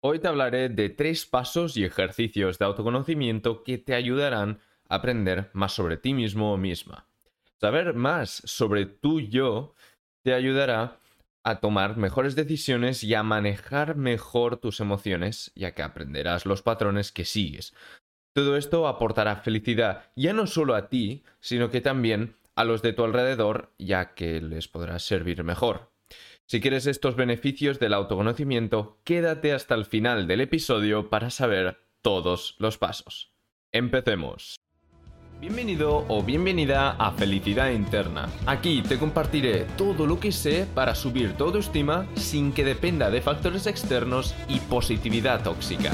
Hoy te hablaré de 3 pasos y ejercicios de autoconocimiento que te ayudarán a aprender más sobre ti mismo o misma. Saber más sobre tu yo te ayudará a tomar mejores decisiones y a manejar mejor tus emociones, ya que aprenderás los patrones que sigues. Todo esto aportará felicidad ya no solo a ti, sino que también a los de tu alrededor, ya que les podrá servir mejor. Si quieres estos beneficios del autoconocimiento, quédate hasta el final del episodio para saber todos los pasos. Empecemos. Bienvenido o bienvenida a Felicidad Interna. Aquí te compartiré todo lo que sé para subir tu autoestima sin que dependa de factores externos y positividad tóxica.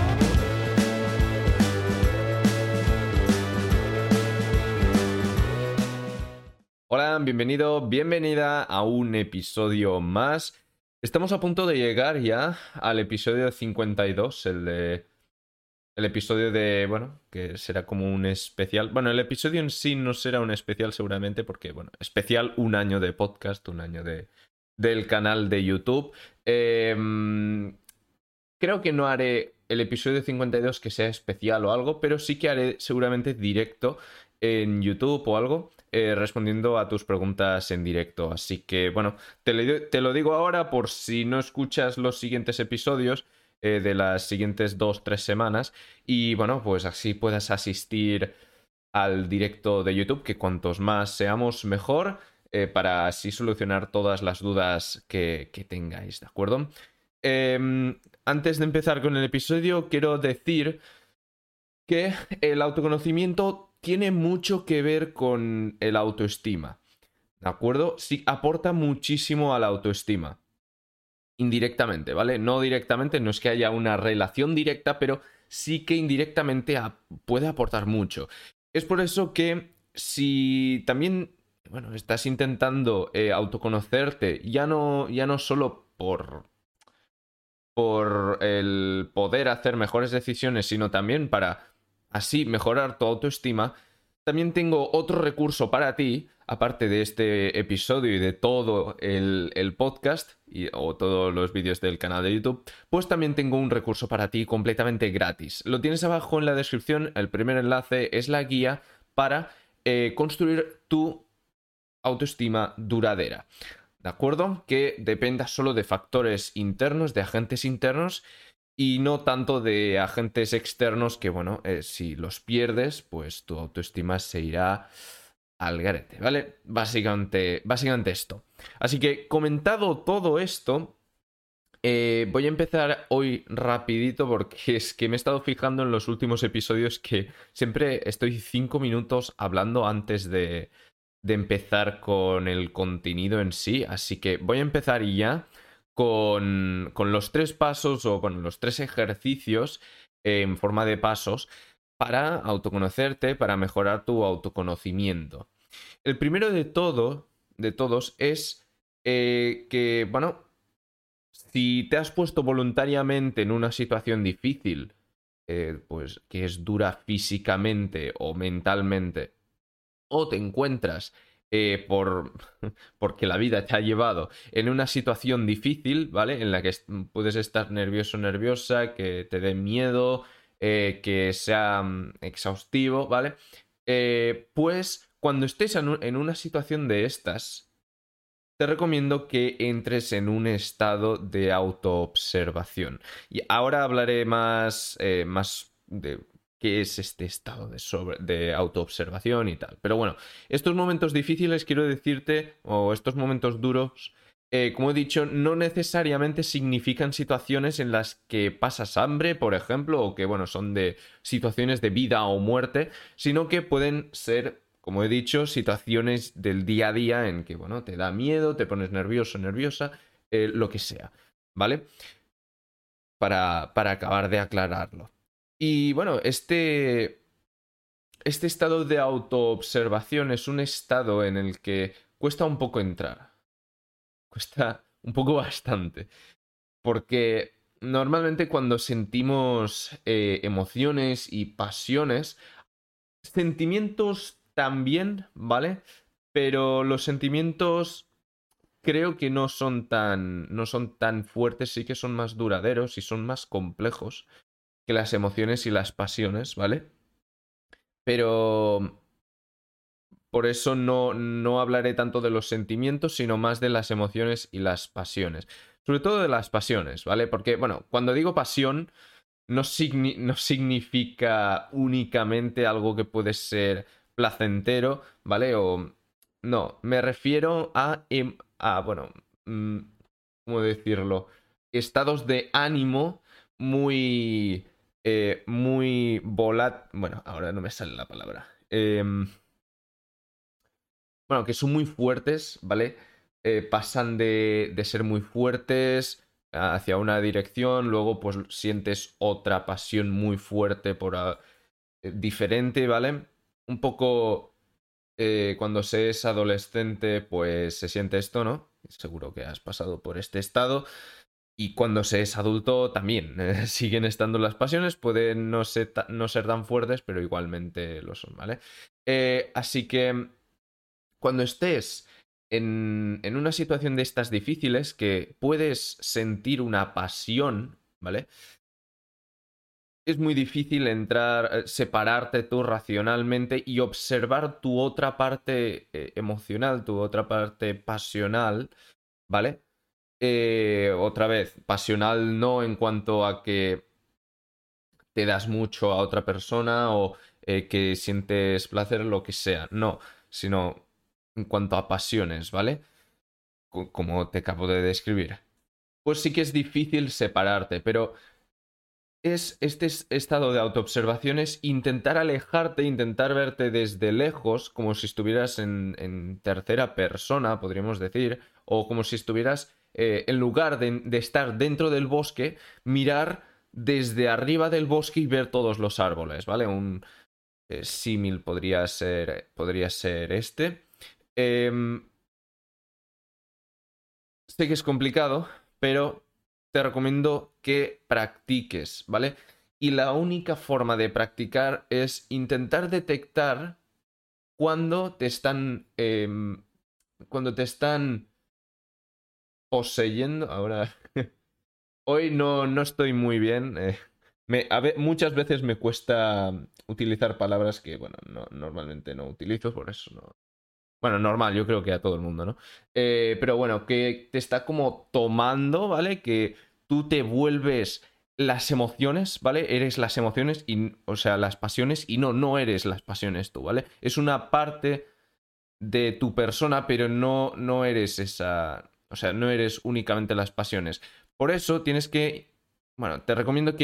Hola, bienvenido, bienvenida a un episodio más. Estamos a punto de llegar ya al episodio 52, el episodio de, bueno, que será como un especial. Bueno, el episodio en sí no será un especial seguramente porque, bueno, especial un año de podcast, un año del canal de YouTube. Creo que no haré el episodio 52 que sea especial o algo, pero sí que haré seguramente directo en YouTube o algo, respondiendo a tus preguntas en directo. Así que, bueno, te lo digo ahora por si no escuchas los siguientes episodios de las siguientes 2, 3 semanas. Y bueno, pues así puedas asistir al directo de YouTube, que cuantos más seamos, mejor, para así solucionar todas las dudas que tengáis, ¿de acuerdo? Antes de empezar con el episodio, quiero decir que el autoconocimiento tiene mucho que ver con el autoestima. ¿De acuerdo? Sí, aporta muchísimo a la autoestima. Indirectamente, ¿vale? No directamente, no es que haya una relación directa, pero sí que indirectamente puede aportar mucho. Es por eso que si también, bueno, estás intentando autoconocerte, ya no solo por el poder hacer mejores decisiones, sino también para así mejorar tu autoestima, también tengo otro recurso para ti, aparte de este episodio y de todo el podcast o todos los vídeos del canal de YouTube, pues también tengo un recurso para ti completamente gratis. Lo tienes abajo en la descripción, el primer enlace es la guía para construir tu autoestima duradera. ¿De acuerdo? Que dependa solo de factores internos, de agentes internos y no tanto de agentes externos que, bueno, si los pierdes, pues tu autoestima se irá al garete, ¿vale? Básicamente esto. Así que comentado todo esto, voy a empezar hoy rapidito porque es que me he estado fijando en los últimos episodios que siempre estoy 5 minutos hablando antes de empezar con el contenido en sí. Así que voy a empezar ya con los 3 pasos o con los 3 ejercicios en forma de pasos para autoconocerte, para mejorar tu autoconocimiento. El primero de todos, es que, bueno, si te has puesto voluntariamente en una situación difícil, pues que es dura físicamente o mentalmente, o te encuentras porque la vida te ha llevado en una situación difícil, ¿vale? En la que puedes estar nervioso o nerviosa, que te dé miedo, que sea exhaustivo, ¿vale? Pues cuando estés en una situación de estas, te recomiendo que entres en un estado de autoobservación. Y ahora hablaré más de qué es este estado de autoobservación y tal. Pero bueno, estos momentos difíciles, quiero decirte, o estos momentos duros, como he dicho, no necesariamente significan situaciones en las que pasas hambre, por ejemplo, o que, bueno, son de situaciones de vida o muerte, sino que pueden ser, como he dicho, situaciones del día a día en que, bueno, te da miedo, te pones nervioso, nerviosa, lo que sea, ¿vale? Para acabar de aclararlo. Y bueno, este estado de autoobservación es un estado en el que cuesta un poco entrar. Cuesta un poco bastante. Porque normalmente cuando sentimos emociones y pasiones, sentimientos también, ¿vale? Pero los sentimientos creo que no son tan fuertes, sí que son más duraderos y son más complejos que las emociones y las pasiones, ¿vale? Pero por eso no hablaré tanto de los sentimientos, sino más de las emociones y las pasiones. Sobre todo de las pasiones, ¿vale? Porque, bueno, cuando digo pasión, no significa únicamente algo que puede ser placentero, ¿vale? O no, me refiero bueno, ¿cómo decirlo? Estados de ánimo muy Bueno, ahora no me sale la palabra. Bueno, que son muy fuertes, ¿vale? Pasan de ser muy fuertes hacia una dirección, luego pues sientes otra pasión muy fuerte diferente, ¿vale? Un poco cuando se es adolescente, pues se siente esto, ¿no? Seguro que has pasado por este estado. Y cuando se es adulto también siguen estando las pasiones, pueden no ser tan fuertes, pero igualmente lo son, ¿vale? Así que cuando estés en una situación de estas difíciles, que puedes sentir una pasión, ¿vale? Es muy difícil separarte tú racionalmente y observar tu otra parte emocional, tu otra parte pasional, ¿vale? Otra vez, pasional no en cuanto a que te das mucho a otra persona o que sientes placer, lo que sea, no, sino en cuanto a pasiones, ¿vale? Como te acabo de describir. Pues sí que es difícil separarte, pero es este estado de autoobservación es intentar alejarte, intentar verte desde lejos, como si estuvieras en tercera persona, podríamos decir, o como si estuvieras, en lugar de estar dentro del bosque, mirar desde arriba del bosque y ver todos los árboles, ¿vale? Un símil podría ser este. Em, Sé que es complicado, pero te recomiendo que practiques, ¿vale? Y la única forma de practicar es intentar detectar cuando te están. Cuando te están poseyendo. Ahora. Hoy no estoy muy bien. Muchas veces me cuesta utilizar palabras que, bueno, normalmente no utilizo, por eso no, bueno, normal, yo creo que a todo el mundo, ¿no? Pero bueno, que te está como tomando, ¿vale? Que tú te vuelves las emociones, ¿vale? Eres las emociones y, o sea, las pasiones y no eres las pasiones tú, ¿vale? Es una parte de tu persona, pero no eres esa, o sea, no eres únicamente las pasiones. Por eso tienes que, bueno, te recomiendo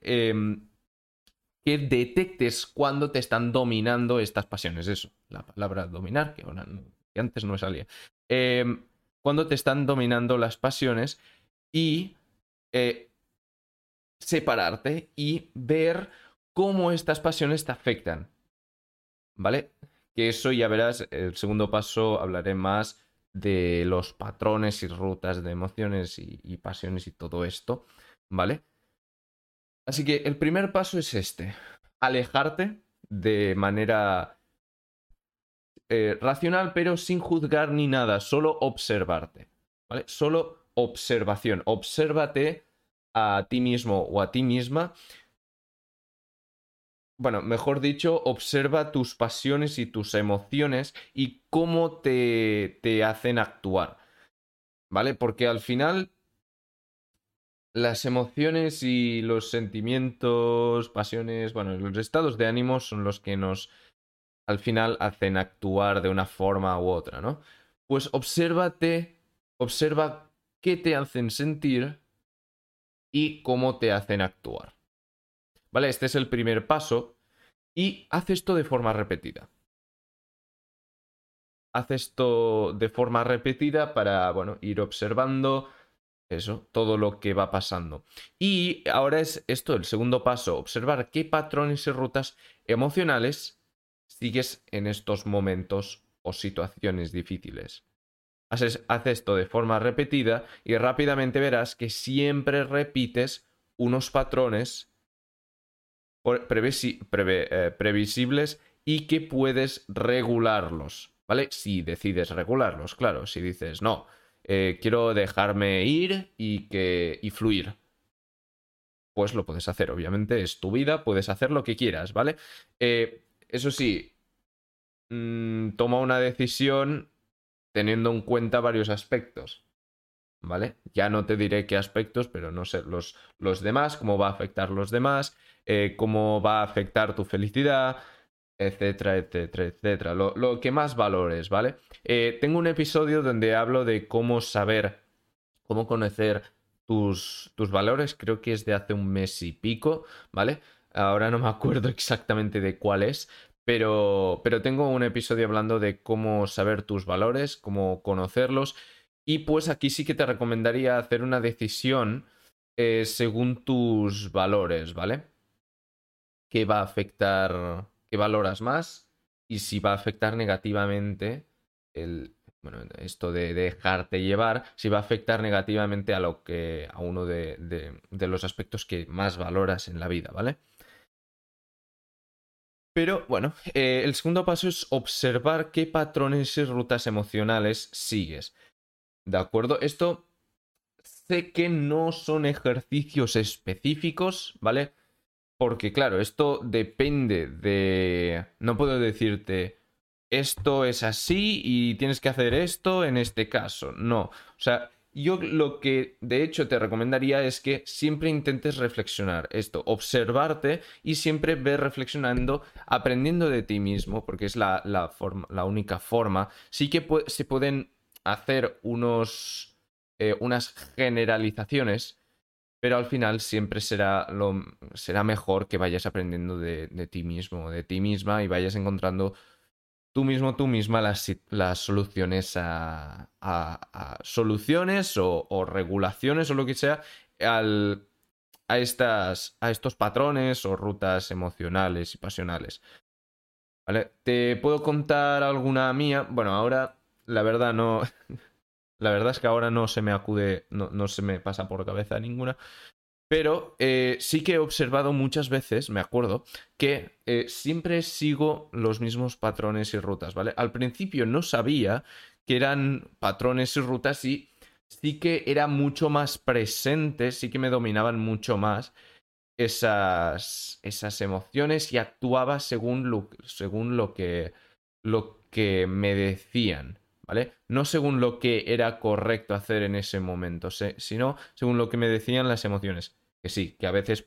que detectes cuando te están dominando estas pasiones. Eso, la palabra dominar, que antes no me salía. Cuando te están dominando las pasiones y eh, separarte y ver cómo estas pasiones te afectan. ¿Vale? Que eso ya verás, el segundo paso hablaré más de los patrones y rutas de emociones y pasiones y todo esto, ¿vale? Así que el primer paso es este, alejarte de manera racional, pero sin juzgar ni nada, solo observarte, ¿vale? Solo observación, obsérvate a ti mismo o a ti misma. Bueno, mejor dicho, observa tus pasiones y tus emociones y cómo te hacen actuar, ¿vale? Porque al final las emociones y los sentimientos, pasiones, bueno, los estados de ánimo son los que nos al final hacen actuar de una forma u otra, ¿no? Pues obsérvate, observa qué te hacen sentir y cómo te hacen actuar, ¿vale? Este es el primer paso y haz esto de forma repetida. Haz esto de forma repetida para, bueno, ir observando eso, todo lo que va pasando. Y ahora es esto, el segundo paso, observar qué patrones y rutas emocionales sigues en estos momentos o situaciones difíciles. Haz esto de forma repetida y rápidamente verás que siempre repites unos patrones previsibles y que puedes regularlos, ¿vale? Si decides regularlos, claro. Si dices, no, quiero dejarme ir y fluir. Pues lo puedes hacer, obviamente, es tu vida, puedes hacer lo que quieras, ¿vale? Eso sí, toma una decisión teniendo en cuenta varios aspectos, ¿vale? Ya no te diré qué aspectos, pero no sé, los demás, cómo va a afectar los demás, cómo va a afectar tu felicidad, etcétera, etcétera, etcétera. Lo que más valores, ¿vale? Tengo un episodio donde hablo de cómo saber, cómo conocer tus valores, creo que es de hace un mes y pico, ¿vale? Ahora no me acuerdo exactamente de cuál es, pero tengo un episodio hablando de cómo saber tus valores, cómo conocerlos, y pues aquí sí que te recomendaría hacer una decisión según tus valores, ¿vale? ¿Qué va a afectar, qué valoras más y si va a afectar negativamente bueno, esto de dejarte llevar, si va a afectar negativamente a uno de los aspectos que más valoras en la vida, ¿vale? Pero bueno, el segundo paso es observar qué patrones y rutas emocionales sigues. ¿De acuerdo? Esto sé que no son ejercicios específicos, ¿vale? Porque claro, esto depende de... No puedo decirte, esto es así y tienes que hacer esto en este caso. No. O sea, yo lo que de hecho te recomendaría es que siempre intentes reflexionar esto, observarte y siempre ver reflexionando, aprendiendo de ti mismo, porque es la única forma. Sí que se pueden hacer unas generalizaciones, pero al final siempre será mejor que vayas aprendiendo de ti mismo, de ti misma y vayas encontrando tú misma las soluciones a soluciones o regulaciones o lo que sea al, a estos patrones o rutas emocionales y pasionales. ¿Vale? ¿Te puedo contar alguna mía? Bueno, ahora la verdad no. La verdad es que ahora no se me acude, no se me pasa por cabeza ninguna. Pero sí que he observado muchas veces, me acuerdo, que siempre sigo los mismos patrones y rutas, ¿vale? Al principio no sabía que eran patrones y rutas y sí que era mucho más presente, sí que me dominaban mucho más esas emociones y actuaba según lo que me decían, ¿vale? No según lo que era correcto hacer en ese momento, sino según lo que me decían las emociones. Que sí, que a veces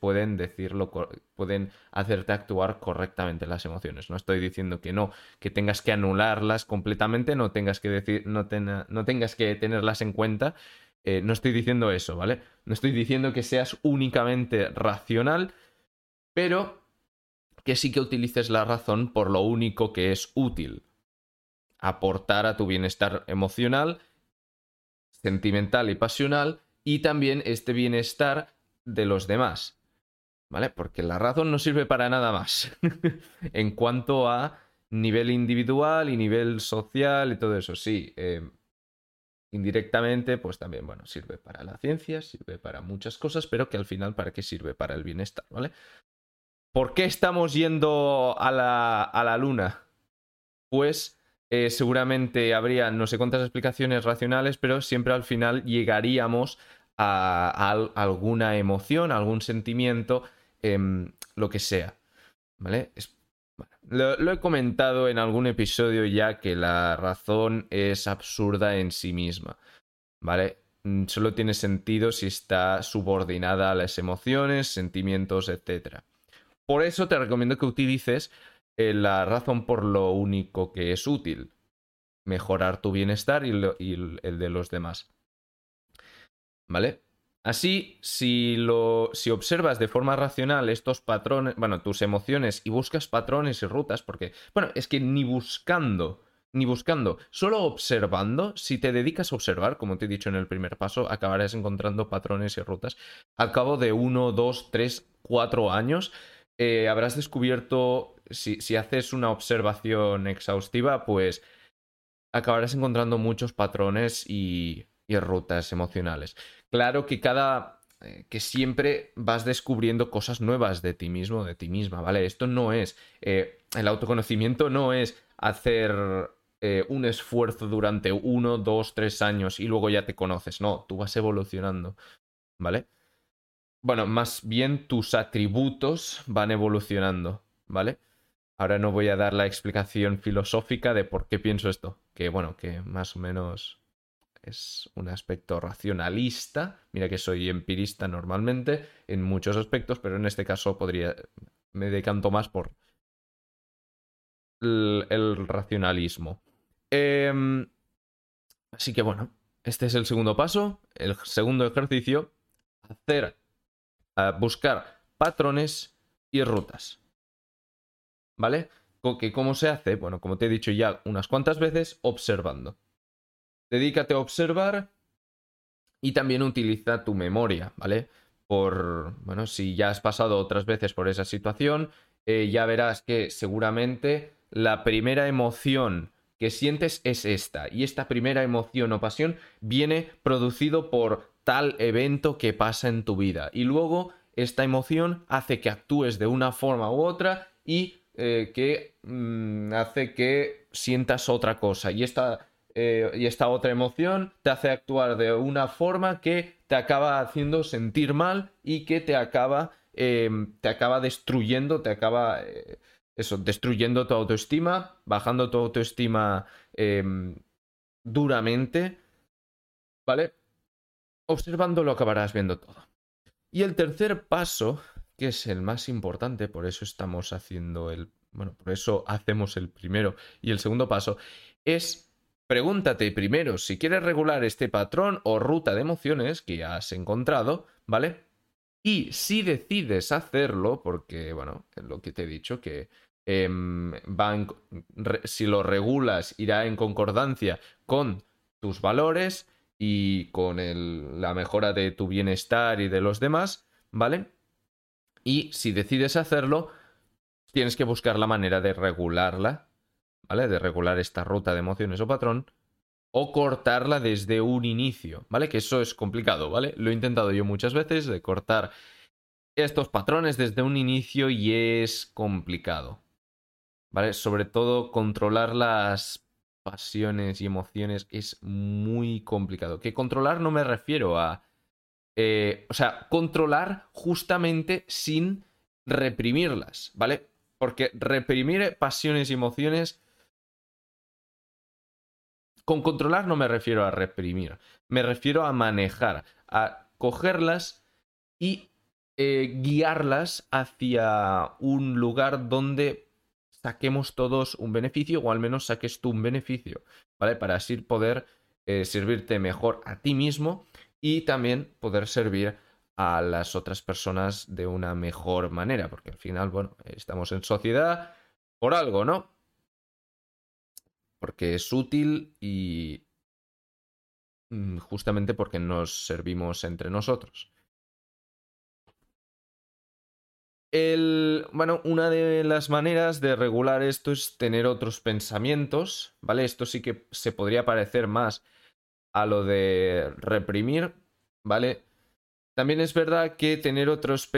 pueden hacerte actuar correctamente las emociones. No estoy diciendo que no, que tengas que anularlas completamente, no tengas que decir, no tengas que tenerlas en cuenta. No estoy diciendo eso, ¿vale? No estoy diciendo que seas únicamente racional, pero que sí que utilices la razón por lo único que es útil, aportar a tu bienestar emocional, sentimental y pasional, y también este bienestar de los demás, ¿vale? Porque la razón no sirve para nada más en cuanto a nivel individual y nivel social y todo eso. Sí, indirectamente, pues también, bueno, sirve para la ciencia, sirve para muchas cosas, pero que al final, ¿para qué sirve? Para el bienestar, ¿vale? ¿Por qué estamos yendo a la luna? Pues seguramente habría no sé cuántas explicaciones racionales, pero siempre al final llegaríamos a alguna emoción, a algún sentimiento, lo que sea, ¿vale? Bueno, lo he comentado en algún episodio ya que la razón es absurda en sí misma, ¿vale? Solo tiene sentido si está subordinada a las emociones, sentimientos, etcétera. Por eso te recomiendo que utilices la razón por lo único que es útil, mejorar tu bienestar y el de los demás, ¿vale? Así, si observas de forma racional estos patrones, bueno, tus emociones y buscas patrones y rutas, porque, bueno, es que ni buscando, solo observando, si te dedicas a observar, como te he dicho en el primer paso, acabarás encontrando patrones y rutas. Al cabo de 1, 2, 3, 4 años, habrás descubierto, si haces una observación exhaustiva, pues acabarás encontrando muchos patrones y rutas emocionales. Claro que que siempre vas descubriendo cosas nuevas de ti mismo, de ti misma, ¿vale? Esto no es, el autoconocimiento no es hacer un esfuerzo durante 1, 2, 3 años y luego ya te conoces. No, tú vas evolucionando, ¿vale? Bueno, más bien tus atributos van evolucionando, ¿vale? Ahora no voy a dar la explicación filosófica de por qué pienso esto, que bueno, que más o menos es un aspecto racionalista. Mira que soy empirista normalmente en muchos aspectos, pero en este caso me decanto más por el racionalismo. Em, Así que bueno, este es el segundo paso. El segundo ejercicio, buscar patrones y rutas, ¿vale? ¿Cómo se hace? Bueno, como te he dicho ya unas cuantas veces, observando. Dedícate a observar y también utiliza tu memoria, ¿vale? Bueno, si ya has pasado otras veces por esa situación, ya verás que seguramente la primera emoción que sientes es esta. Y esta primera emoción o pasión viene producido por tal evento que pasa en tu vida. Y luego esta emoción hace que actúes de una forma u otra y que hace que sientas otra cosa. Y esta otra emoción te hace actuar de una forma que te acaba haciendo sentir mal y que te acaba destruyendo, destruyendo tu autoestima, bajando tu autoestima duramente, ¿vale? Observando lo acabarás viendo todo. Y el tercer paso, que es el más importante, por eso estamos haciendo bueno, por eso hacemos el primero y el segundo paso, es pregúntate primero si quieres regular este patrón o ruta de emociones que ya has encontrado, ¿vale? Y si decides hacerlo, porque, bueno, es lo que te he dicho, que si lo regulas irá en concordancia con tus valores y con la mejora de tu bienestar y de los demás, ¿vale? Y si decides hacerlo, tienes que buscar la manera de regularla, ¿vale? De regular esta ruta de emociones o patrón, o cortarla desde un inicio, ¿vale? Que eso es complicado, ¿vale? Lo he intentado yo muchas veces, de cortar estos patrones desde un inicio y es complicado, ¿vale? Sobre todo controlar las pasiones y emociones es muy complicado. Que controlar no me refiero a o sea, controlar justamente sin reprimirlas, ¿vale? Porque reprimir pasiones y emociones, con controlar no me refiero a reprimir, me refiero a manejar, a cogerlas y guiarlas hacia un lugar donde saquemos todos un beneficio, o al menos saques tú un beneficio, ¿vale? Para así poder servirte mejor a ti mismo y también poder servir a las otras personas de una mejor manera, porque al final, bueno, estamos en sociedad por algo, ¿no? Porque es útil y justamente porque nos servimos entre nosotros. Bueno, una de las maneras de regular esto es tener otros pensamientos, ¿vale? Esto sí que se podría parecer más a lo de reprimir, ¿vale? También es verdad que tener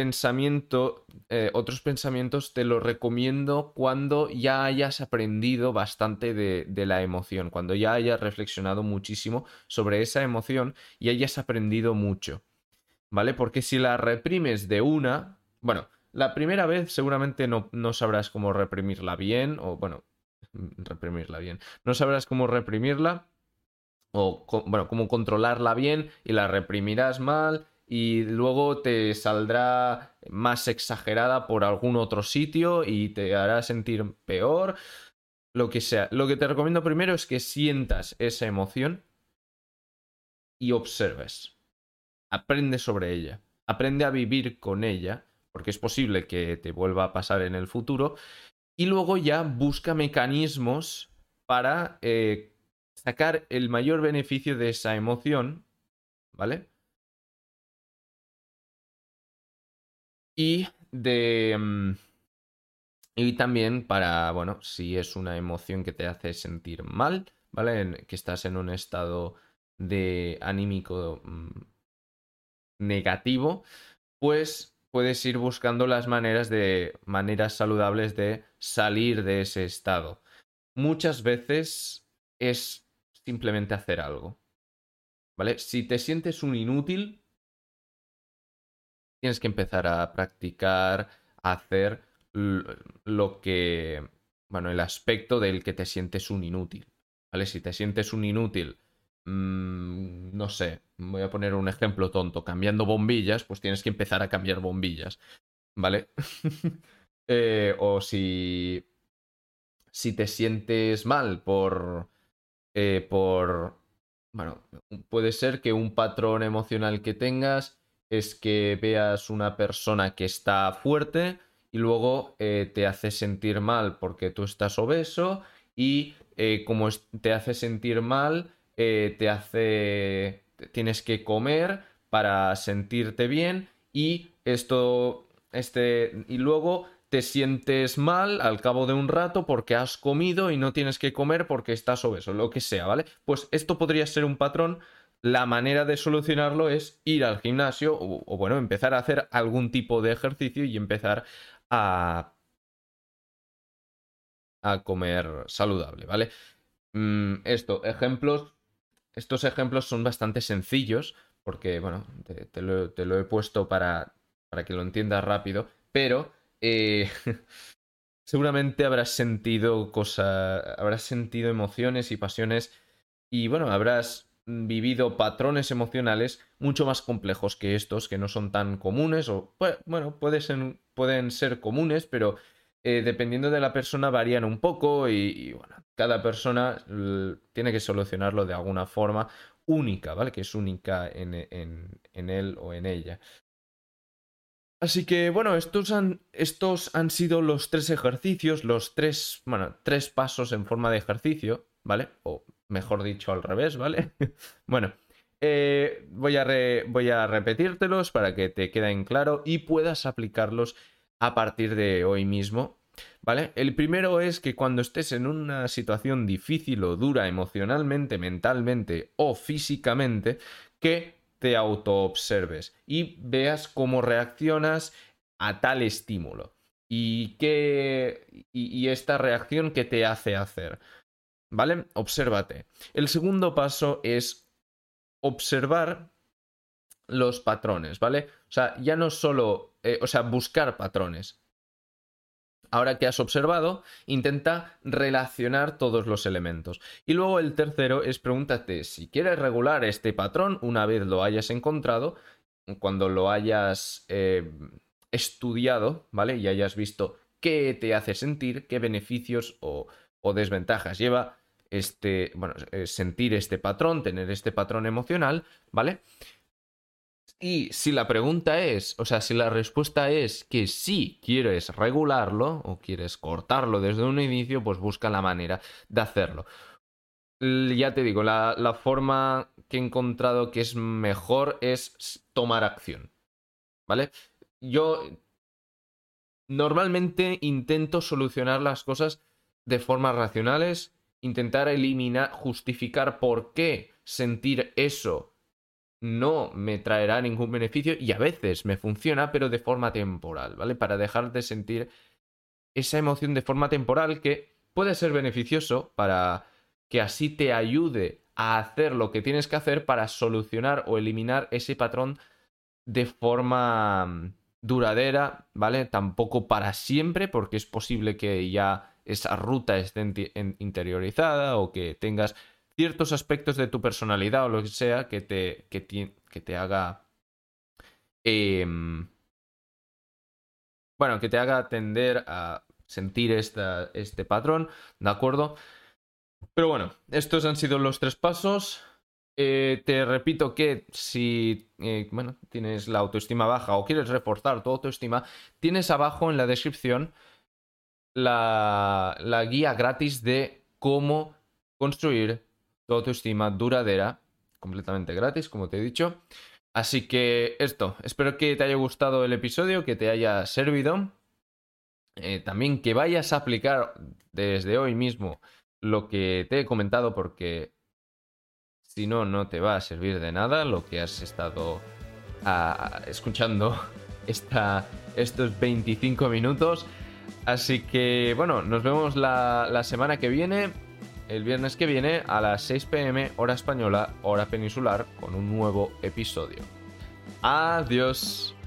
otros pensamientos te lo recomiendo cuando ya hayas aprendido bastante de la emoción, cuando ya hayas reflexionado muchísimo sobre esa emoción y hayas aprendido mucho, ¿vale? Porque si la reprimes de una, bueno, la primera vez seguramente no sabrás cómo reprimirla bien, o bueno, reprimirla bien, no sabrás cómo reprimirla, o bueno, cómo controlarla bien y la reprimirás mal y luego te saldrá más exagerada por algún otro sitio y te hará sentir peor, lo que sea. Lo que te recomiendo primero es que sientas esa emoción y observes. Aprende sobre ella. Aprende a vivir con ella, porque es posible que te vuelva a pasar en el futuro. Y luego ya busca mecanismos para sacar el mayor beneficio de esa emoción, ¿vale? Y de... y también para, bueno, si es una emoción que te hace sentir mal, ¿vale? Que estás en un estado de anímico negativo, pues puedes ir buscando las maneras saludables de salir de ese estado. Muchas veces es simplemente hacer algo, ¿vale? Si te sientes un inútil, tienes que empezar a practicar, a hacer lo que, bueno, el aspecto del que te sientes un inútil, ¿vale? Si te sientes un inútil, no sé, voy a poner un ejemplo tonto, cambiando bombillas, pues tienes que empezar a cambiar bombillas, ¿vale? O si te sientes mal por, bueno, puede ser que un patrón emocional que tengas es que veas una persona que está fuerte y luego te hace sentir mal porque tú estás obeso y como te hace sentir mal, tienes que comer para sentirte bien y y luego te sientes mal al cabo de un rato porque has comido y no tienes que comer porque estás obeso, lo que sea, ¿vale? Pues esto podría ser un patrón. La manera de solucionarlo es ir al gimnasio bueno, empezar a hacer algún tipo de ejercicio y empezar a, a comer saludable, ¿vale? Estos ejemplos son bastante sencillos porque, bueno, te lo he puesto para que lo entiendas rápido, pero seguramente habrás sentido emociones y pasiones y, bueno, habrás vivido patrones emocionales mucho más complejos que estos, que no son tan comunes o, bueno, pueden ser comunes, pero dependiendo de la persona varían un poco bueno, cada persona tiene que solucionarlo de alguna forma única, ¿vale? Que es única en él o en ella. Así que bueno, estos han sido los tres ejercicios, bueno, tres pasos en forma de ejercicio, ¿vale? O mejor dicho, al revés, ¿vale? Bueno, voy a repetírtelos para que te queden claro y puedas aplicarlos a partir de hoy mismo, ¿vale? El primero es que cuando estés en una situación difícil o dura emocionalmente, mentalmente o físicamente, que te autoobserves y veas cómo reaccionas a tal estímulo y esta reacción que te hace hacer, ¿vale? Obsérvate. El segundo paso es observar los patrones, ¿vale? O sea, ya no solo, o sea, buscar patrones. Ahora que has observado, intenta relacionar todos los elementos. Y luego el tercero es pregúntate si quieres regular este patrón una vez lo hayas encontrado, cuando lo hayas estudiado, ¿vale? Y hayas visto qué te hace sentir, qué beneficios o desventajas lleva bueno, sentir este patrón, tener este patrón emocional, ¿vale? Y si la pregunta es, o sea, si la respuesta es que sí quieres regularlo o quieres cortarlo desde un inicio, pues busca la manera de hacerlo. Ya te digo, la forma que he encontrado que es mejor es tomar acción, ¿vale? Yo normalmente intento solucionar las cosas de formas racionales, intentar eliminar, justificar por qué sentir eso no me traerá ningún beneficio y a veces me funciona, pero de forma temporal, ¿vale? Para dejar de sentir esa emoción de forma temporal que puede ser beneficioso para que así te ayude a hacer lo que tienes que hacer para solucionar o eliminar ese patrón de forma duradera, ¿vale? Tampoco para siempre, porque es posible que ya esa ruta esté interiorizada o que tengas ciertos aspectos de tu personalidad o lo que sea que te haga bueno, que te haga tender a sentir este patrón, ¿de acuerdo? Pero bueno, estos han sido los tres pasos. Te repito que si bueno, tienes la autoestima baja o quieres reforzar tu autoestima, tienes abajo en la descripción la guía gratis de cómo construir tu autoestima duradera, completamente gratis, como te he dicho. Así que esto, espero que te haya gustado el episodio, que te haya servido. También que vayas a aplicar desde hoy mismo lo que te he comentado, porque si no, no te va a servir de nada lo que has estado escuchando estos 25 minutos. Así que, bueno, nos vemos la semana que viene. el viernes que viene a las 6 p.m. hora española, hora peninsular, con un nuevo episodio. Adiós.